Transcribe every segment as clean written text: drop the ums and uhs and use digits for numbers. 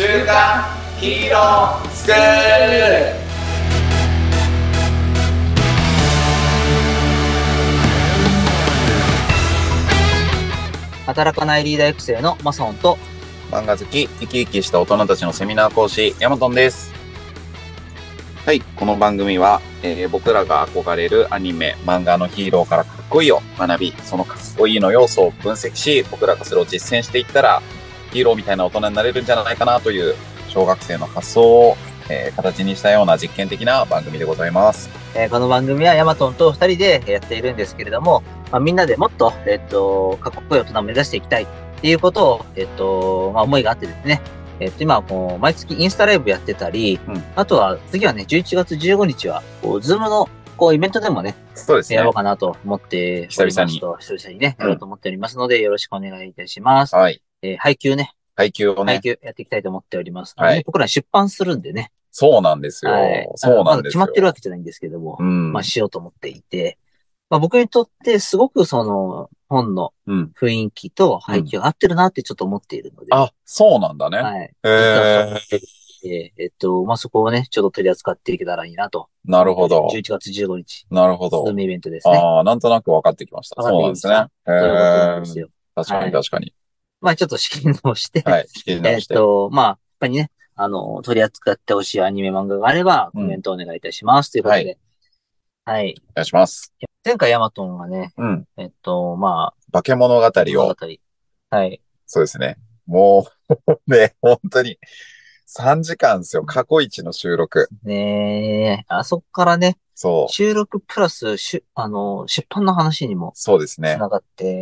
週刊ヒーロースクール。 働かないリーダー育成のマソンと漫画好き、生き生きした大人たちのセミナー講師、ヤマトンです。はい、この番組は、僕らが憧れるアニメ、漫画のヒーローからかっこいいを学び、そのかっこいいの要素を分析し、僕らがそれを実践していったら、ヒーローみたいな大人になれるんじゃないかなという小学生の発想を、形にしたような実験的な番組でございます。 この番組はヤマトンと2人でやっているんですけれども、みんなでもっと、かっこいい大人を目指していきたいっていうことを、思いがあってですね、今毎月インスタライブやってたり、あとは次はね、11月15日は、ズームのイベントでもね、 そうですね。 やろうかなと思っておりますと、久々にね、やろうと思っておりますので、よろしくお願いいたします。 はい。 配給ね。 配給をね。 配給やっていきたいと思っております。 はい。 僕ら出版するんでね。 そうなんですよ。 はい。 そうなんですよ。 まだ決まってるわけじゃないんですけども、しようと思っていて、僕にとってすごくその本の雰囲気と配給が合ってるなってちょっと思っているので。 あ、そうなんだね。 はい。実はそうそこをね、ちょっと取り扱っていけたらいいなと。 なるほど。 11月15日。 なるほど。 ズームイベントですね。 ああ、なんとなく分かってきました。そうなんですね。 そういうことなんですよ。 確かに確かに。 ちょっと仕切り直して。 はい、仕切り直して。 やっぱりね、取り扱ってほしいアニメ漫画があれば、コメントお願いいたします。ということで。はい。 お願いします。 前回ヤマトンがね、 化け物語を。 はい。 そうですね。もうね、本当に3時間ですよ。過去一の収録。 ねえ、あそこからね、収録プラス、出版の話にも、 そうですね。 繋がって、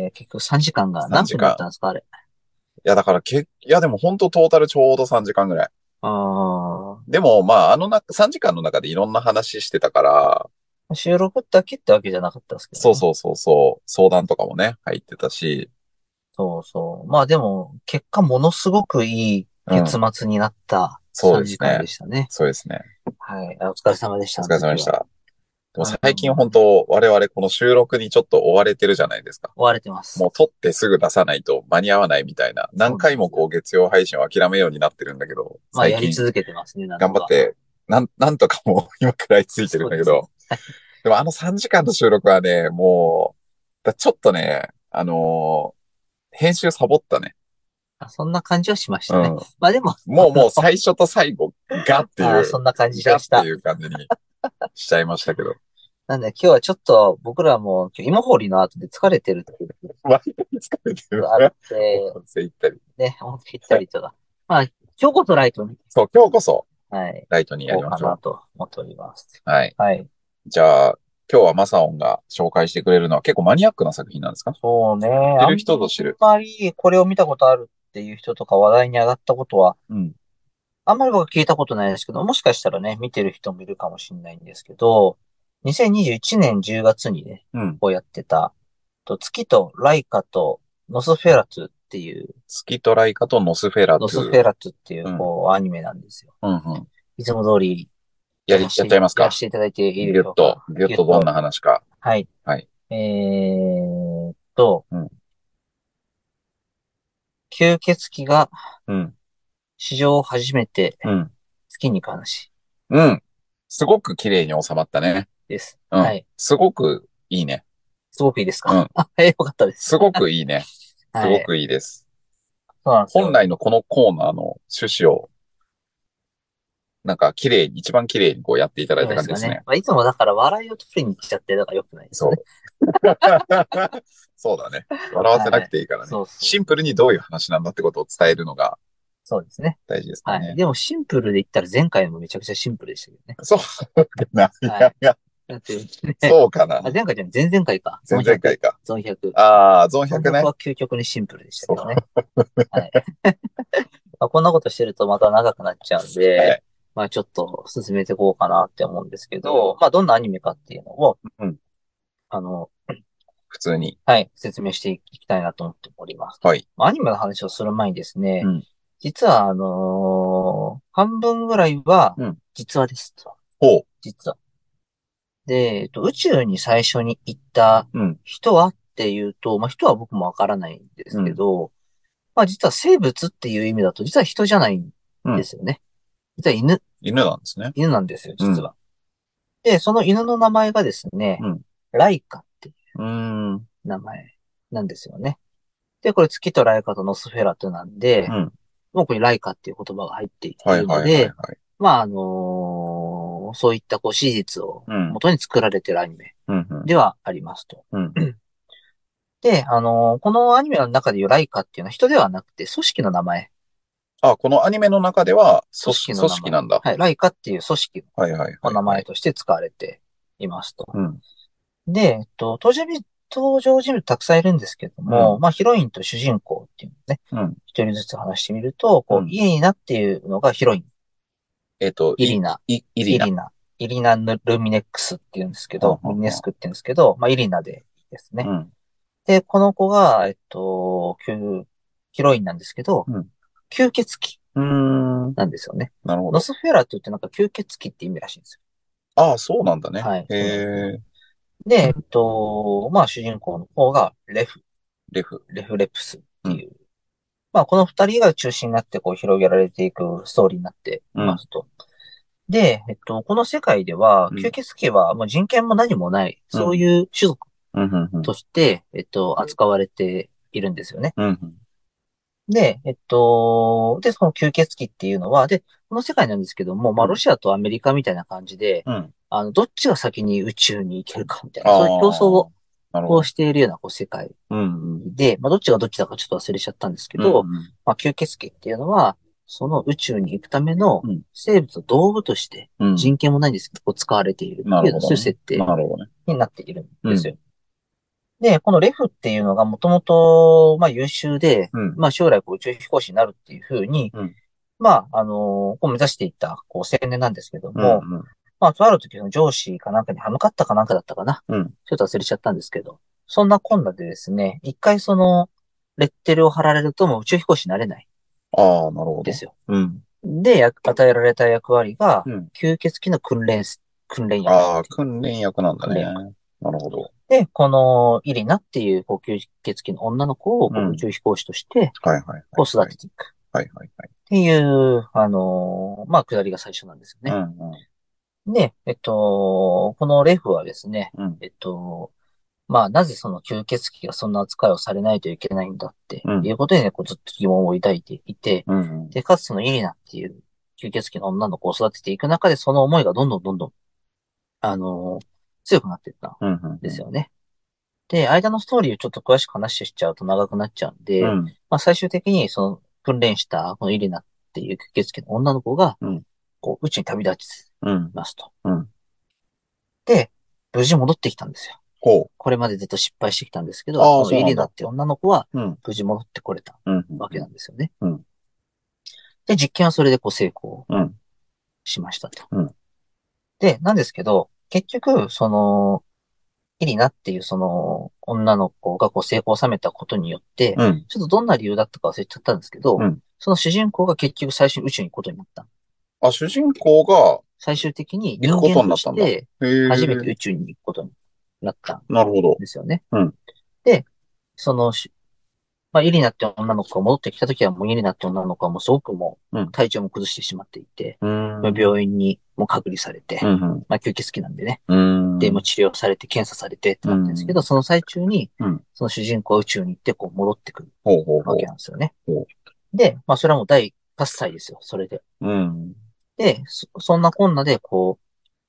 結局3時間が何分だったんですか、あれ。 いや、だから、でも本当トータルちょうど3時間ぐらい。でも、3時間の中でいろんな話してたから、 収録だけってわけじゃなかったですけど、 ね。そう。相談とかもね、入ってたし。 そうそう。でも、結果ものすごくいい結末になった3時間でしたね。 そうですね。 はい。お疲れ様でした。 お疲れ様でした。でも最近本当、我々この収録にちょっと追われてるじゃないですか。 追われてます。 もう撮ってすぐ出さないと間に合わないみたいな。何回も月曜配信を諦めようになってるんだけど。最近。 やり続けてますね。 頑張って、なんとかもう今くらいついてるんだけど。でも3時間の収録はね、もう、ちょっとね、編集サボったね。 そんな感じはしましたね。でも。 もう最初と最後がっていう。 そんな感じでした。 っていう感じにしちゃいましたけど。 なんで今日はちょっと僕らも芋掘りの後で疲れてるっていう。 割と疲れてる。 あって、 温泉行ったり。 ね、温泉行ったりとか。今日こそライトに。 そう、今日こそ。 はい。 ライトにやりましょう。 かなと思っております。 はい。 はい。 じゃあ、今日はマサオンが紹介してくれるのは結構マニアックな作品なんですか？ そうね。 知る人ぞ知る。 あんまりこれを見たことあるっていう人とか話題に上がったことは、あんまり僕は聞いたことないですけど、もしかしたらね、見てる人もいるかもしれないんですけど、2021年10月にね、こうやってた、月とライカとノスフェラトゥっていう。 月とライカとノスフェラトゥ。 ノスフェラトゥっていう、アニメなんですよ。いつも通り、 やっちゃいますか？ やらせていただいていいでしょうか？ ギュッとどんな話か。 はい。吸血鬼が、史上初めて、月に行く話。 すごく綺麗に収まったね。 です。はい。 すごくいいね。 すごくいいですか？よかったです。 すごくいいね。すごくいいです。本来のこのコーナーの趣旨を、一番綺麗にやっていただいた感じですね。 いつもだから笑いを取りに来ちゃってるのが良くないですね。 そうだね。笑わせなくていいからね。シンプルにどういう話なんだってことを伝えるのが、 そうですね。 大事ですかね。 でもシンプルで言ったら前回もめちゃくちゃシンプルでしたけどね。 そうかな。そうかな。 前回じゃ前々回か。 前々回か。 ゾン100。 ゾン100ね。 は究極にシンプルでしたけどね。こんなことしてるとまた長くなっちゃうんで、ちょっと進めていこうかなって思うんですけど、どんなアニメかっていうのを、 普通に。 説明していきたいなと思っております。 はい。 アニメの話をする前にですね、実は半分ぐらいは、実話ですと。実は。で、宇宙に最初に行った人はっていうと、人は僕もわからないんですけど、実は生物っていう意味だと、実は人じゃないんですよね。実は犬なんですね。 なんですよ、実は。で、その犬の名前がですね、ライカっていう名前なんですよね。で、これ月とライカとノスフェラトなんで、もうこれライカっていう言葉が入っているので、まあ、そういったこう史実を元に作られているアニメではありますと。で、このアニメの中でいうライカっていうのは人ではなくて組織の名前。 あ、このアニメの中では組織の組名前。 織なんだ。 はい、ライカっていう組織の名前として使われていますと。で、登場人物たくさんいるんですけども、まあヒロインと主人公っていうのね、一人ずつ話してみると、こう、イリナっていうのがヒロイン。イリナ。イリナ・ルミネックスっていうんですけど、ルミネスクって言うんですけど、まあイリナでいいですね。で、この子が、ヒロインなんですけど、吸血鬼なんですよね。 なるほど。 ノスフェラトゥってなんか吸血鬼って意味らしいんですよ。 ああ、そうなんだね。 はい。 へえ。 で、まあ主人公の方がレフレプスっていう。まあこの二人が中心になってこう広げられていくストーリーになっていますと。で、この世界では、吸血鬼はもう人権も何もない、そういう種族として、扱われているんですよね。で、その吸血鬼っていうのは、で、この世界なんですけども、まあ、ロシアとアメリカみたいな感じで、どっちが先に宇宙に行けるかみたいな、そういう競争を、こうしているようなこう世界で、まあ、どっちがどっちだかちょっと忘れちゃったんですけど、まあ、吸血鬼っていうのは、その宇宙に行くための生物の道具として人権もないんですけど、こう使われているっていう、そういう設定になっているんですよ。で、このレフっていうのがもともと、まあ優秀で、まあ将来こう宇宙飛行士になるっていうふうに、まあ、こう目指していったこう青年なんですけども、まあ、とある時の上司かなんかに歯向かったかなんかだったかな。ちょっと忘れちゃったんですけど、そんなこんなでですね、一回その、レッテルを貼られるともう宇宙飛行士になれない。 ああ、なるほど。 ですよ。で、与えられた役割が、吸血鬼の訓練役。 ああ、訓練役なんだね。なるほど。 で、このイリナっていうこう吸血鬼の女の子をこう宇宙飛行士として、こう育てていく。っていう、まあ、くだりが最初なんですよね。で、このレフはですね、まあ、なぜその吸血鬼がそんな扱いをされないといけないんだっていうことにね、こうずっと疑問を抱いていて、で、かつそのイリナっていう吸血鬼の女の子を育てていく中で、その思いがどんどん、強くなっていったんですよね。で、間のストーリーをちょっと詳しく話しちゃうと長くなっちゃうんで、まあ最終的にその訓練したこのイリナっていう吸血鬼の女の子が、こう宇宙に旅立ちますと。で、無事戻ってきたんですよ。これまでずっと失敗してきたんですけど、このイリナって女の子は無事戻ってこれたわけなんですよね。で、実験はそれでこう成功しましたと。で、なんですけど、結局、その、イリナっていうその女の子がこう成功を収めたことによって、ちょっとどんな理由だったか忘れちゃったんですけど、その主人公が結局最初に宇宙に行くことになった。 あ、主人公が最終的に人間として初めて宇宙に行くことになったんですよね。で、そのまあ、イリナって女の子が戻ってきた時はもうイリナって女の子はもうすごくもう体調も崩してしまっていて、病院にもう隔離されて、まあ吸血鬼なんでね。で、もう治療されて検査されてってなってるんですけど、その最中に、その主人公は宇宙に行ってこう戻ってくるわけなんですよね。で、まあそれはもう大喝采ですよ、それで。で、そんなこんなでこう、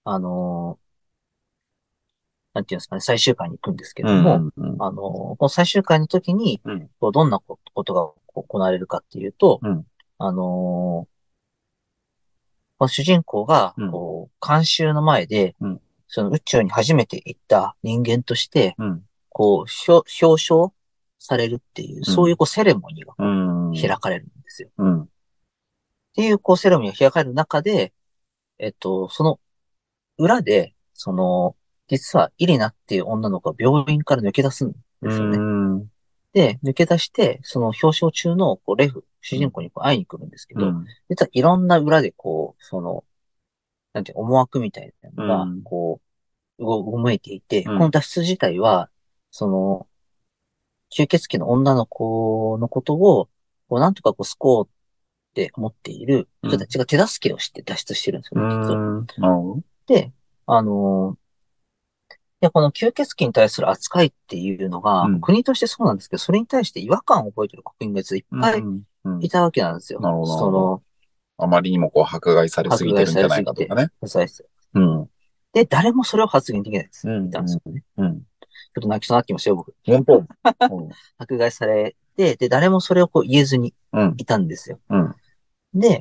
なんていうんですかね、最終回に行くんですけども、この最終回の時に、こうどんなことが行われるかっていうと、この主人公が、こう、監修の前で、その宇宙に初めて行った人間として、こう、表彰されるっていう、そういうこうセレモニーが開かれるんですよ。っていう、こう、セレモニーが開かれる中で、その裏で、その、実はイリナっていう女の子が病院から抜け出すんですよね。で、抜け出して、その表彰中のこうレフ、主人公にこう会いに来るんですけど、実はいろんな裏でこう、その、なんていう思惑みたいなのが、こう、動めいていて、この脱出自体は、その、吸血鬼の女の子のことを、こう、なんとかこう、救おうっって思っている人たちが手助けをして脱出してるんですよね、実は。 なるほど。 で、で、この吸血鬼に対する扱いっていうのが、国としてそうなんですけど、それに対して違和感を覚えてる国民がいっぱいいたわけなんですよ。 なるほど、なるほど。あまりにも迫害されすぎてるんじゃないかとかね。 で、誰もそれを発言できないです。いたんですよね。ちょっと泣きそうになってきましたよ、僕。 本当迫害されて、で、誰もそれを言えずにいたんですよ。で、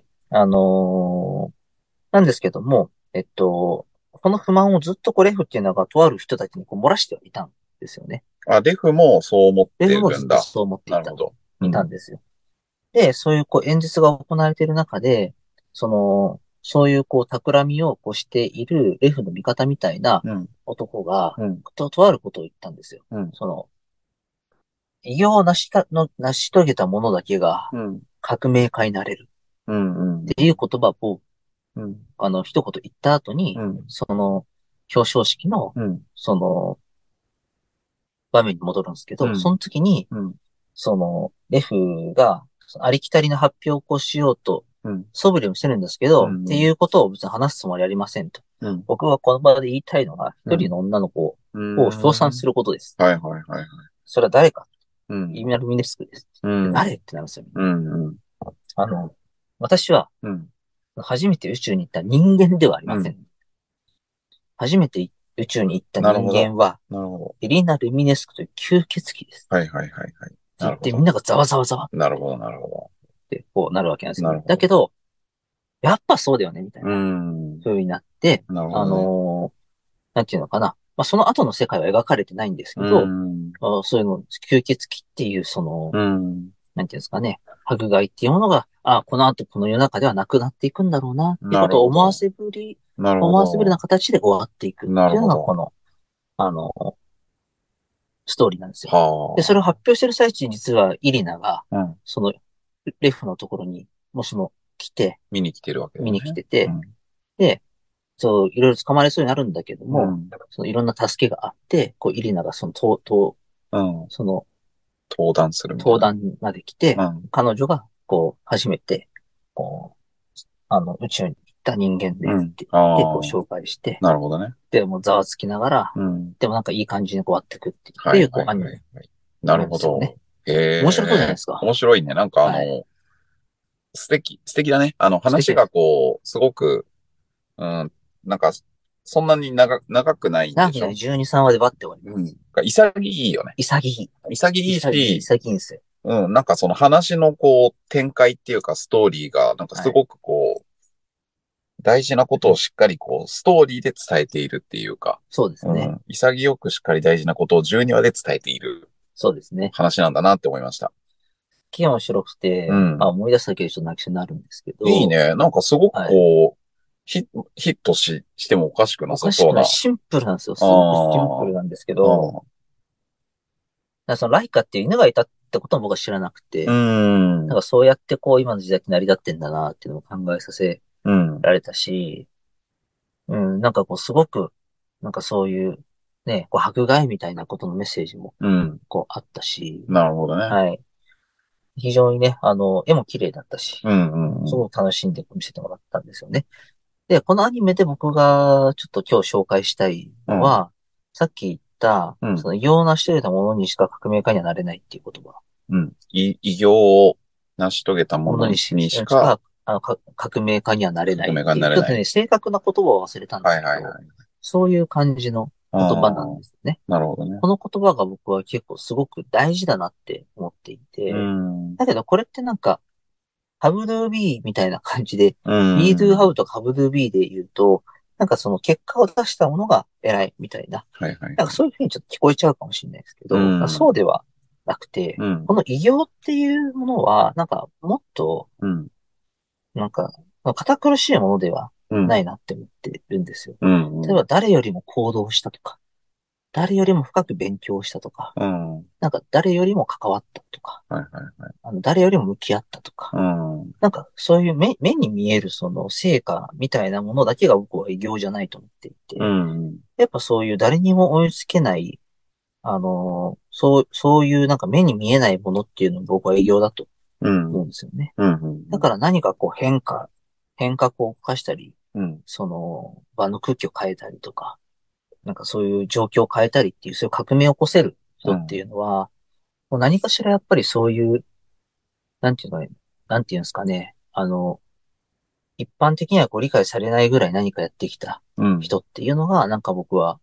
なんですけども、この不満をずっとレフっていうのがとある人たちに漏らしてはいたんですよね。 レフもそう思ってるんだ。 レフもずっとそう思っていた。 なるほど。 いたんですよ。で、そういう演説が行われている中で、そういう企みをしているレフの味方みたいな男が、とあることを言ったんですよ。偉業を成し遂げた者だけが革命家になれる。っていう言葉を、一言言った後に、表彰式の、場面に戻るんですけど、その時に、レフが、ありきたりな発表をしようと、素振りをしてるんですけど、っていうことを別に話すつもりありませんと。僕はこの場で言いたいのが、一人の女の子を称賛することです。 はいはいはい。 それは誰か。イミナルミネスクです。誰ってなるんですよ。私は、初めて宇宙に行った人間ではありません。初めて宇宙に行った人間は、エリナ・ルミネスクという吸血鬼です。 はいはいはいはい。 言ってみんながざわざわざわ。 なるほどなるほど。 ってなるわけなんですよ。だけど、やっぱそうだよね、みたいな。風になって、なんていうのかな。その後の世界は描かれてないんですけど、そういうの、吸血鬼っていう、なんていうんですかね、迫害っていうものが、この後この世の中ではなくなっていくんだろうな、っていうことを思わせぶりな形で終わっていくっていうのが、この、ストーリーなんですよ。で、それを発表してる最中に実はイリナが、レフのところに、来て、 見に来てるわけ見に来てて、で、いろいろ捕まれそうになるんだけども、いろんな助けがあって、イリナが登壇するみたいな。登壇まで来て、彼女が、初めて、宇宙に行った人間ですって言って、紹介して、 なるほどね。 で、もうざわつきながら、でもなんかいい感じに終わってくっていうアニメ。 なるほど。 面白そうじゃないですか。 面白いね。なんか素敵だね。話がすごく、なんか、そんなに長くないんでしょ。 12、3話でバッて終わります。 潔いよね。 潔いし、 潔いんですよ。 なんかその話の展開っていうかストーリーが、なんかすごく大事なことをしっかりストーリーで伝えているっていうか。 そうですね。 潔くしっかり大事なことを12話で伝えている。 そうですね。 話なんだなって思いました。 面白くて、思い出すだけでちょっと泣きそうになるんですけど。 いいね。なんかすごくヒットしてもおかしくなさそうな。 シンプルなんですよ。すごくシンプルなんですけど、そのライカっていう犬がいたってことも僕は知らなくて、なんかそうやって今の時代って成り立ってんだなっていうのを考えさせられたし、なんかすごく、なんかそういうね、迫害みたいなことのメッセージも、あったし、 なるほどね。 はい。非常にね、絵も綺麗だったし、すごく楽しんで見せてもらったんですよね。で、このアニメで僕がちょっと今日紹介したいのは、さっき言った、その異様なし遂げたものにしか革命家にはなれないっていう言葉。 異業を成し遂げたものにしか、 革命家にはなれない。 革命家になれない。 ちょっとね、正確な言葉を忘れたんですけど、そういう感じの言葉なんですね。 なるほどね。 この言葉が僕は結構すごく大事だなって思っていて、だけどこれってなんか、have do be みたいな感じで、be do have とか have do be で言うと、なんかその結果を出したものが偉いみたいな。なんかそういうふうにちょっと聞こえちゃうかもしれないですけど、そうではなくて、この偉業っていうものは、なんかもっと、なんか、堅苦しいものではないなって思ってるんですよ。例えば誰よりも行動したとか、誰よりも深く勉強したとか、なんか誰よりも関わったとか、誰よりも向き合ったとか、なんかそういう目に見えるその成果みたいなものだけが僕は偉業じゃないと思っていて、やっぱそういう誰にも追いつけない、そういうなんか目に見えないものっていうのを僕は偉業だとうん。 んですよね。 うん。 だから何かこう変革を犯したり、 うん。 その場の空気を変えたりとか、なんかそういう状況を変えたりっていう、そういう革命を起こせる人っていうのは、もう何かしらやっぱりそういう、なんていうのかね、なんていうんですかね、一般的にはこう理解されないぐらい何かやってきたうん。 人っていうのが、なんか僕は、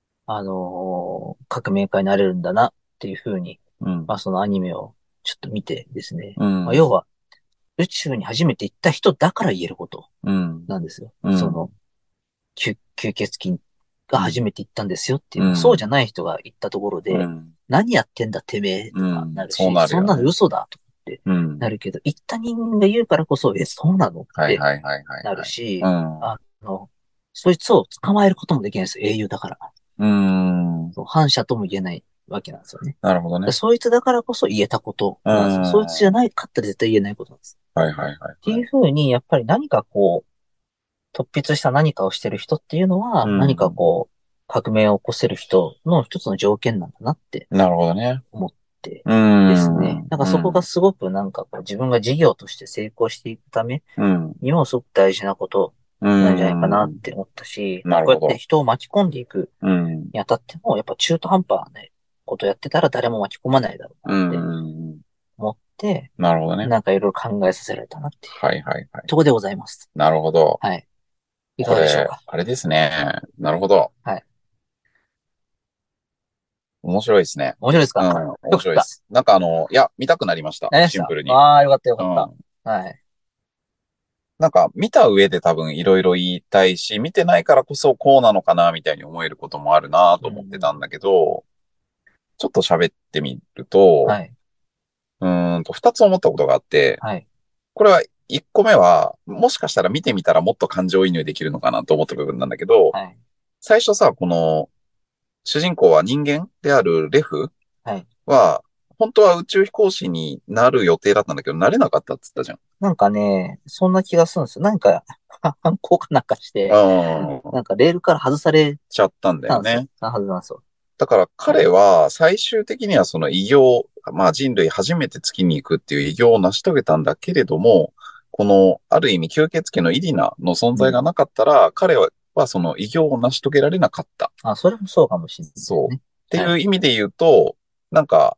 革命家になれるんだなっていうふうに、 うん。 まあそのアニメをちょっと見てですね、 うん。 まあ要は宇宙に初めて行った人だから言えることうん。 なんですよ。 うん。 その、吸血鬼が初めて行ったんですよっていうのは、そうじうん。 ゃない人が行ったところで、 うん。 何やってんだてめえとかうん。そうなるし、そんなのなるよね。 嘘だとかってうん。 なるけど、行った人間が言うからこそ、そうなのっはいてはいはいはいなるはい。 し、 うそいつを捕まえることもできないんですよ、英雄だから。 ん。 そう反社とも言えないわけなんですよね。 なるほどね。 そいつだからこそ言えたことうん。 なんですよ。そいつじゃはないかったら絶対言えないことなんです。 いはいはいってはい。 いうふうに、やっぱり何かこう、突筆した何かをしてる人っていうのは、何かうん。 こう、革命を起こせる人の一つの条件なんだなってなるほどね。 思ってうですね。 ん。 なんかそこがうん。 すごくなんかこう自分が事業として成功していくためうん。 にもすごく大事なことうなんじゃないかなっん。 て思ったし、こうやってなるほど。 人を巻き込んでいくうん。 にあたっても、やっぱ中途半端なねことやってたら誰も巻き込まないだろううなってん。 思って、 なるほどね。 なんかいろいろ考えさせられたなっていうはいはいはい。 ところでございます。 なるほど。 はい。いかこれ、 がでしょうか？ あれですね。なるほど。 はい。 面白いですね。 面白いですか？ うん、面よかった。 白いです。なんかいや、見たくなりました。 なりました。 シンプルに。 ああー、よかったよかった。 うん。 はい。 なんか、見た上で多分いろいろ言いたいし、見てないからこそこうなのかな、みたいに思えることもあるなと思ってうん。 たんだけど、ちょっと喋ってみると、 はい。 二つ思ったことがあって、 はい。 これは一個目は、もしかしたら見てみたらもっと感情移入できるのかなと思った部分なんだけど、 はい。 最初さ、この主人公は人間であるレフはい。 は、本当は宇宙飛行士になる予定だったんだけど、なれなかったって言ったじゃん。 なんかね、そんな気がするんですよ。なんか、反抗かなんかしうて、 ん。 なんかレールから外されちゃったんだたんですよ。 よね。 なはずなんですよ。 だからはい。 彼は最終的にはその偉業、まあ人類初めて月に行くっていう偉業を成し遂げたんだけれども、このある意味吸血鬼のイリナの存うん。 在がなかったら、彼はその偉業を成し遂げられなかった。 あ、それもそうかもしれないですそう。 ね。 っていうはい。 意味で言うと、なんか、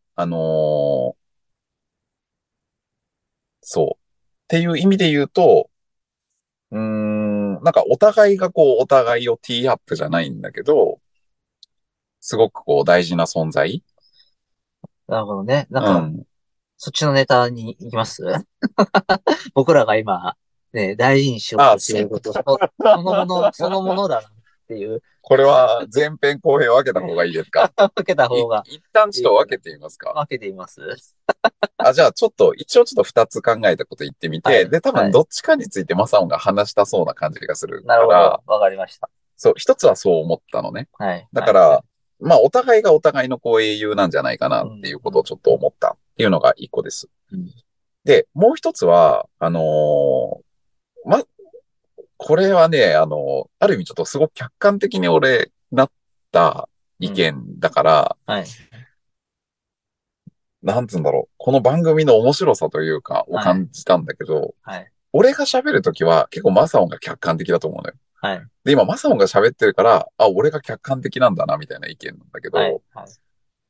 そう。っていう意味で言うと、なんかお互いがこう、お互いをティーアップじゃないんだけど、すごくこう大事な存在。 なるほどね。なんか、 うん。 そっちのネタに行きます？僕らが今、ね、大事にしようあ、 としていること、そのものだなっていう、 これは前編後編分けた方がいいですか？ 分けた方が一旦ちいいかな。 ょっと分けてみますか？ 分けています。 あ、じゃあちょっと、一応ちょっと二つ考えたこと言ってみて、 はい。 で、多分はい。 どっちかについてマサオンが話したそうな感じがするなるほど。 から、 わかりました。 そう、一つはそう思ったのね。 はい。はい。はだから、 い。 まあお互いがお互いのこう英雄なんじゃないかなうん。 っていううん。 ことをちょっと思ったっていうのが一個です。 うん。 で、もう一つは、ま、これはね、ある意味ちょっとすごく客観的に俺なった意うん。 見だから、 はい。 なんつうんだろう。この番組の面白さというか、をはい。 感じたんだけど、 はい。 俺が喋るときは結構マサオンが客観的だと思うのよ。 はい。 で、今マサオンが喋ってるから、あ、俺が客観的なんだな、みたいな意見なんだけはい。 ど、 はい。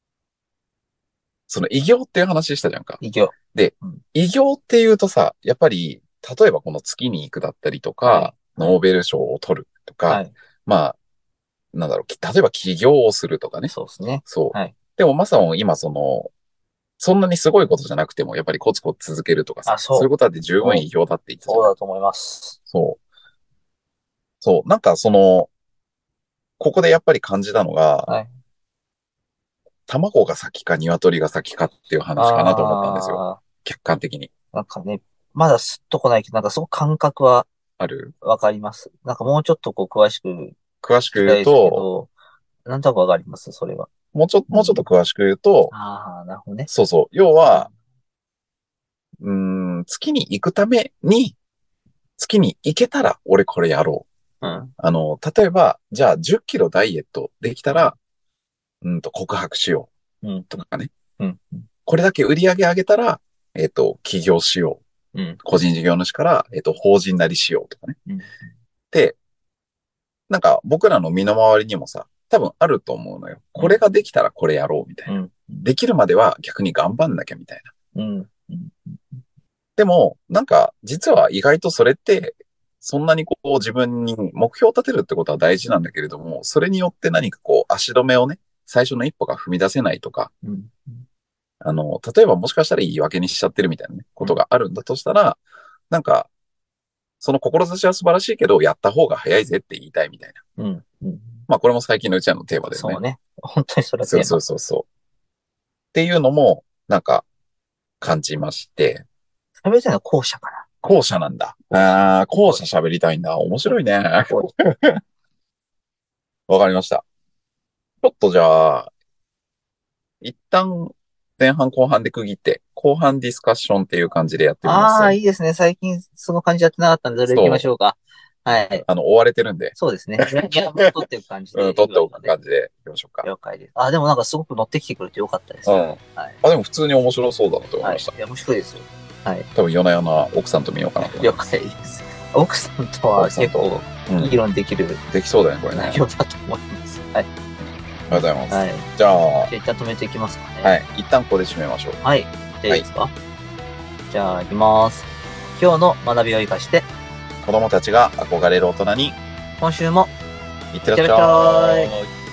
その偉業っていう話したじゃんか。 以上。 で、 うん。 偉業っていうとさ、やっぱり、例えばこの月に行くだったりとか、 はい。はい。 ノーベル賞を取るとか、 はい。 まあ、なんだろう、例えば起業をするとかね。 そうですね。 そう。 はい。 でもマサオン今そんなにすごいことじゃなくても、やっぱりコツコツ続けるとかあ、 さ、そういうそう。 ことだって十分そう。 偉業だって言ったじゃない。 そうだと思います。 そう。そう。なんかここでやっぱり感じたのが、 はい。 卵が先か鶏が先かっていう話かなと思ったんですよ。 あ客観的に。 なんかね、まだすっとこないけど、なんかすごく感覚はある？ わかります。なんかもうちょっとこう詳しく聞詳しく言きたいですけうと、 ど、なんとなくわかります、それは。 もうちょっとうん。 詳しく言うと、 ああ、なるほどね。 そうそう。要は、月に行くために、月に行けたら俺これやろう。 うん。 例えば、じゃあ10キロダイエットできたら、告白しよううん。 とかね。 うん。 これだけ売り上げ上げたら、 起業しようん。 う。個人事業主から、法人なりしようとかね。 うん。 で、なんか僕らの身の回りにもさ、多分あると思うのよ。これができたらこれやろうみたいな。 うん。 できるまでは逆に頑張んなきゃみたいな。 うん。うん。 でも、なんか実は意外とそれって、そんなにこう自分に目標を立てるってことは大事なんだけれども、それによって何かこう足止めをね、最初の一歩が踏み出せないとか、 うん。 例えばもしかしたら言い訳にしちゃってるみたいなね、ことがあるんだとしたら、なんか、その志は素晴らしいけど、やった方が早いぜって言いたいみたいな。 うん。うん。 まあこれも最近のうちらのテーマだよね。 そうね。本当にそれはそうそうテーマ。 そうそう。っていうのも、なんか感じまして、 それじゃあ後者かな。 後者なんだ。ああ、後者喋りたいんだ。面白いね。 後わかりました。ちょっとじゃあ、一旦前半後半で区切って、後半ディスカッションっていう感じでやってみます。 ああ、いいですね。最近その感じやってなかったんで、それ行きましょうか。はい。 追われてるんで、 そうですね。いや、もう取っていく感じで。 取っておく感じでいきましょうか。 了解です。あ、でもなんかすごく乗ってきてくれてよかったです。 うん。 はい。 あ、でも普通に面白そうだなと思いました。 はい。いや、面白いですよ。はい。 多分夜な夜な奥さんと見ようかなと思い了ます。 解です。奥さんとは結構議論できるできそうだね、これね。 内容だと思います。はい。 ありがとうございます。 はい。 じゃあ、 一旦止めていきますかね。 はい。一旦ここで締めましょう。 はい。じゃあいいですか、じゃあ、いきます。今日の学びを生かして、 子供たちが憧れる大人に、 今週もいってらっしいってらっしゃゃい。